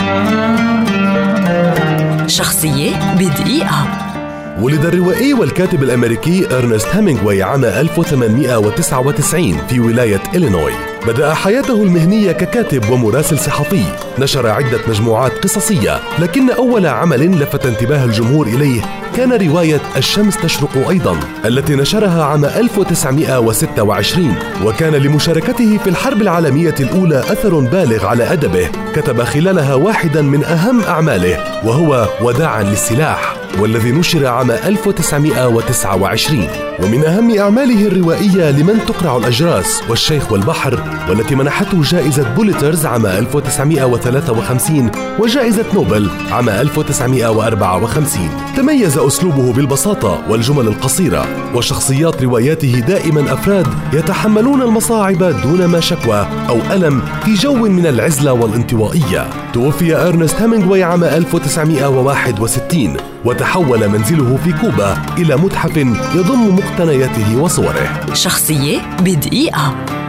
شخصية بدقيقة. ولد الروائي والكاتب الأمريكي إرنست هيمنغواي عام 1899 في ولاية إلينوي. بدأ حياته المهنية ككاتب ومراسل صحفي، نشر عدة مجموعات قصصية، لكن أول عمل لفت انتباه الجمهور إليه كان رواية الشمس تشرق أيضا، التي نشرها عام 1926. وكان لمشاركته في الحرب العالمية الأولى أثر بالغ على أدبه، كتب خلالها واحدا من أهم أعماله وهو وداعا للسلاح، والذي نشر عام 1929. ومن أهم أعماله الروائية لمن تقرع الأجراس والشيخ والبحر، والتي منحته جائزة بوليترز عام 1953 وجائزة نوبل عام 1954. تميز أسلوبه بالبساطة والجمل القصيرة، وشخصيات رواياته دائما أفراد يتحملون المصاعب دون ما شكوى أو ألم في جو من العزلة والانطوائية. توفي إرنست هيمنغواي عام 1961، وتحول منزله في كوبا إلى متحف يضم مقتنياته وصوره. شخصية بدقيقة.